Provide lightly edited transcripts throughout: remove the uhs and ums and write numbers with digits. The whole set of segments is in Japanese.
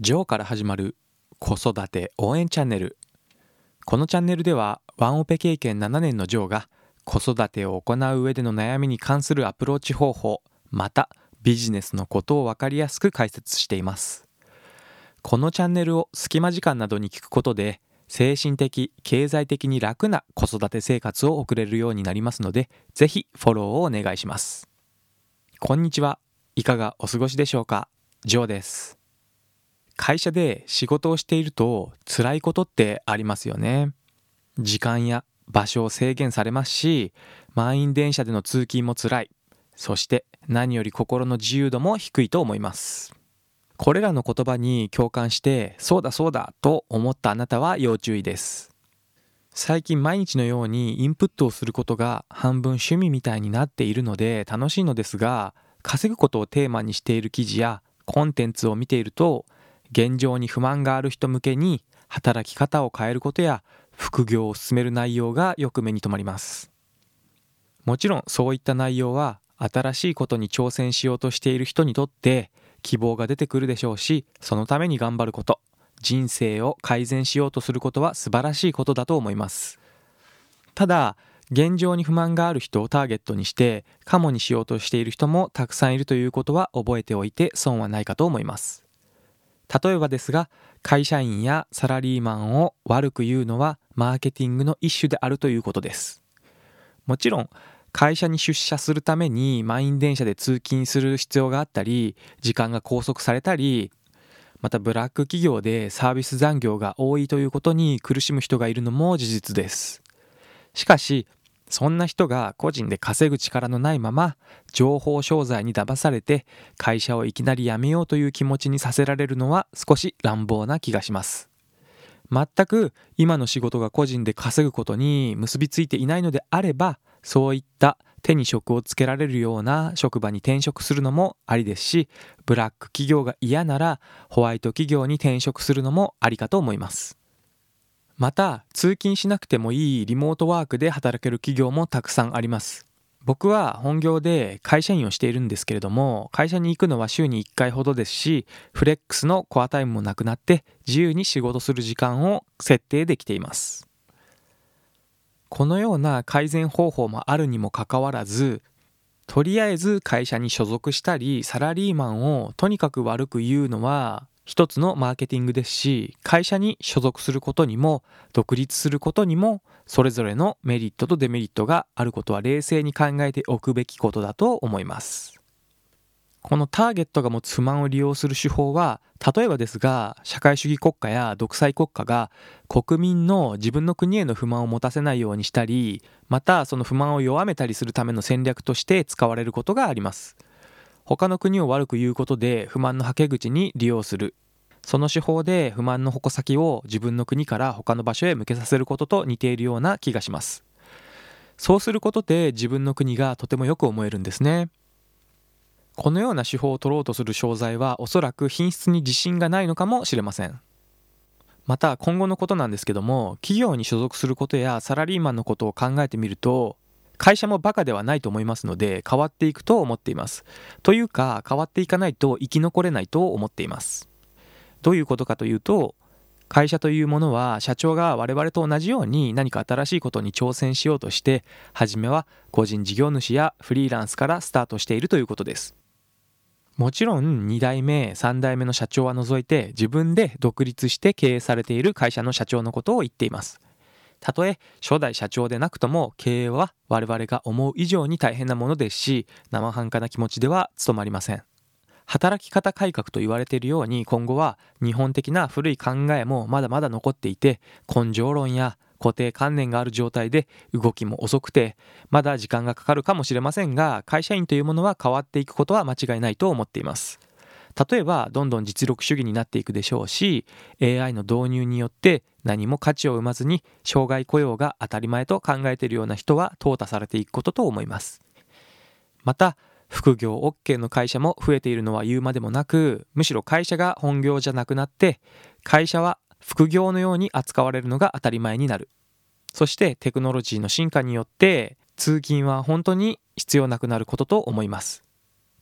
ジョーから始まる子育て応援チャンネル。このチャンネルではワンオペ経験7年のジョーが子育てを行う上での悩みに関するアプローチ方法、またビジネスのことを分かりやすく解説しています。このチャンネルを隙間時間などに聞くことで精神的・経済的に楽な子育て生活を送れるようになりますので、ぜひフォローをお願いします。こんにちは。いかがお過ごしでしょうか。ジョーです。会社で仕事をしていると辛いことってありますよね。時間や場所を制限されますし、満員電車での通勤も辛い。そして何より心の自由度も低いと思います。これらの言葉に共感してそうだそうだと思ったあなたは要注意です。最近毎日のようにインプットをすることが半分趣味みたいになっているので楽しいのですが、稼ぐことをテーマにしている記事やコンテンツを見ていると、現状に不満がある人向けに働き方を変えることや副業を進める内容がよく目に留まります。もちろんそういった内容は新しいことに挑戦しようとしている人にとって希望が出てくるでしょうし、そのために頑張ること、人生を改善しようとすることは素晴らしいことだと思います。ただ、現状に不満がある人をターゲットにしてカモにしようとしている人もたくさんいるということは覚えておいて損はないかと思います。例えばですが、会社員やサラリーマンを悪く言うのはマーケティングの一種であるということです。もちろん会社に出社するために満員電車で通勤する必要があったり、時間が拘束されたり、またブラック企業でサービス残業が多いということに苦しむ人がいるのも事実です。しかしそんな人が個人で稼ぐ力のないまま情報商材に騙されて会社をいきなり辞めようという気持ちにさせられるのは少し乱暴な気がします。全く今の仕事が個人で稼ぐことに結びついていないのであれば、そういった手に職をつけられるような職場に転職するのもありですし、ブラック企業が嫌ならホワイト企業に転職するのもありかと思います。また通勤しなくてもいいリモートワークで働ける企業もたくさんあります。僕は本業で会社員をしているんですけれども、会社に行くのは週に1回ほどですし、フレックスのコアタイムもなくなって自由に仕事する時間を設定できています。このような改善方法もあるにもかかわらず、とりあえず会社に所属したりサラリーマンをとにかく悪く言うのは一つのマーケティングですし、会社に所属することにも独立することにもそれぞれのメリットとデメリットがあることは冷静に考えておくべきことだと思います。このターゲットが持つ不満を利用する手法は、例えばですが、社会主義国家や独裁国家が国民の自分の国への不満を持たせないようにしたり、またその不満を弱めたりするための戦略として使われることがあります。他の国を悪く言うことで不満のはけ口に利用する。その手法で不満の矛先を自分の国から他の場所へ向けさせることと似ているような気がします。そうすることで自分の国がとてもよく思えるんですね。このような手法を取ろうとする商材はおそらく品質に自信がないのかもしれません。また今後のことなんですけども、企業に所属することやサラリーマンのことを考えてみると、会社もバカではないと思いますので変わっていくと思っています。というか変わっていかないと生き残れないと思っています。どういうことかというと、会社というものは社長が我々と同じように何か新しいことに挑戦しようとして、初めは個人事業主やフリーランスからスタートしているということです。もちろん2代目3代目の社長は除いて自分で独立して経営されている会社の社長のことを言っています。たとえ初代社長でなくとも経営は我々が思う以上に大変なものですし、生半可な気持ちでは務まりません。働き方改革と言われているように、今後は日本的な古い考えもまだまだ残っていて、根性論や固定観念がある状態で動きも遅くてまだ時間がかかるかもしれませんが、会社員というものは変わっていくことは間違いないと思っています。例えばどんどん実力主義になっていくでしょうし、 AI の導入によって何も価値を生まずに生涯雇用が当たり前と考えているような人は淘汰されていくことと思います。また副業 OK の会社も増えているのは言うまでもなく、むしろ会社が本業じゃなくなって会社は副業のように扱われるのが当たり前になる。そしてテクノロジーの進化によって通勤は本当に必要なくなることと思います。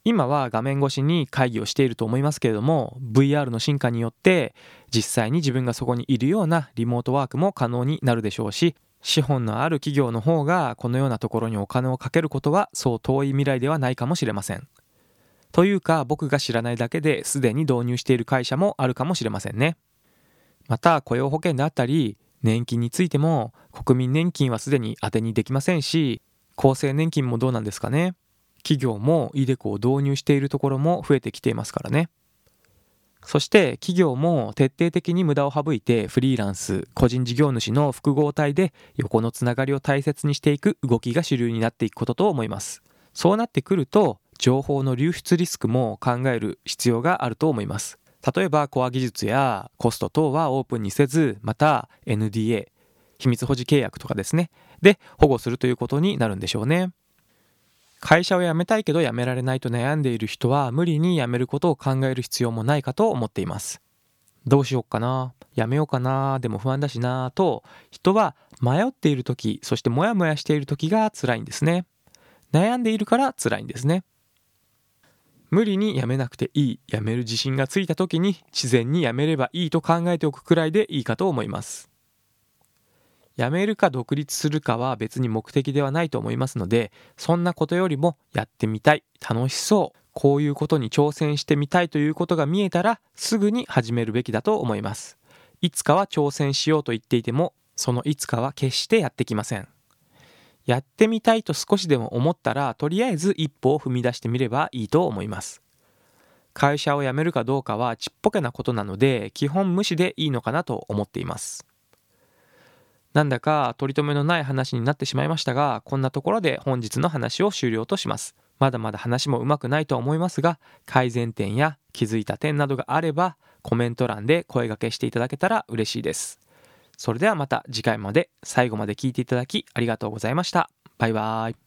今は画面越しに会議をしていると思いますけれども、 VR の進化によって実際に自分がそこにいるようなリモートワークも可能になるでしょうし、資本のある企業の方がこのようなところにお金をかけることはそう遠い未来ではないかもしれません。というか、僕が知らないだけですでに導入している会社もあるかもしれませんね。また雇用保険であったり年金についても、国民年金はすでに当てにできませんし、厚生年金もどうなんですかね。企業もiDeCoを導入しているところも増えてきていますからね。そして企業も徹底的に無駄を省いてフリーランス、個人事業主の複合体で横のつながりを大切にしていく動きが主流になっていくことと思います。そうなってくると情報の流出リスクも考える必要があると思います。例えばコア技術やコスト等はオープンにせず、また NDA、秘密保持契約とかですね、で保護するということになるんでしょうね。会社を辞めたいけど辞められないと悩んでいる人は無理に辞めることを考える必要もないかと思っています。どうしようかな、辞めようかな、でも不安だしなと人は迷っている時、そしてモヤモヤしている時が辛いんですね。悩んでいるから辛いんですね。無理に辞めなくていい、辞める自信がついた時に自然に辞めればいいと考えておくくらいでいいかと思います。辞めるか独立するかは別に目的ではないと思いますので、そんなことよりもやってみたい、楽しそう、こういうことに挑戦してみたいということが見えたらすぐに始めるべきだと思います。いつかは挑戦しようと言っていても、そのいつかは決してやってきません。やってみたいと少しでも思ったら、とりあえず一歩を踏み出してみればいいと思います。会社を辞めるかどうかはちっぽけなことなので、基本無視でいいのかなと思っています。なんだか取り留めのない話になってしまいましたが、こんなところで本日の話を終了とします。まだまだ話もうまくないとは思いますが、改善点や気づいた点などがあればコメント欄で声掛けしていただけたら嬉しいです。それではまた次回まで最後まで聞いていただきありがとうございました。バイバイ。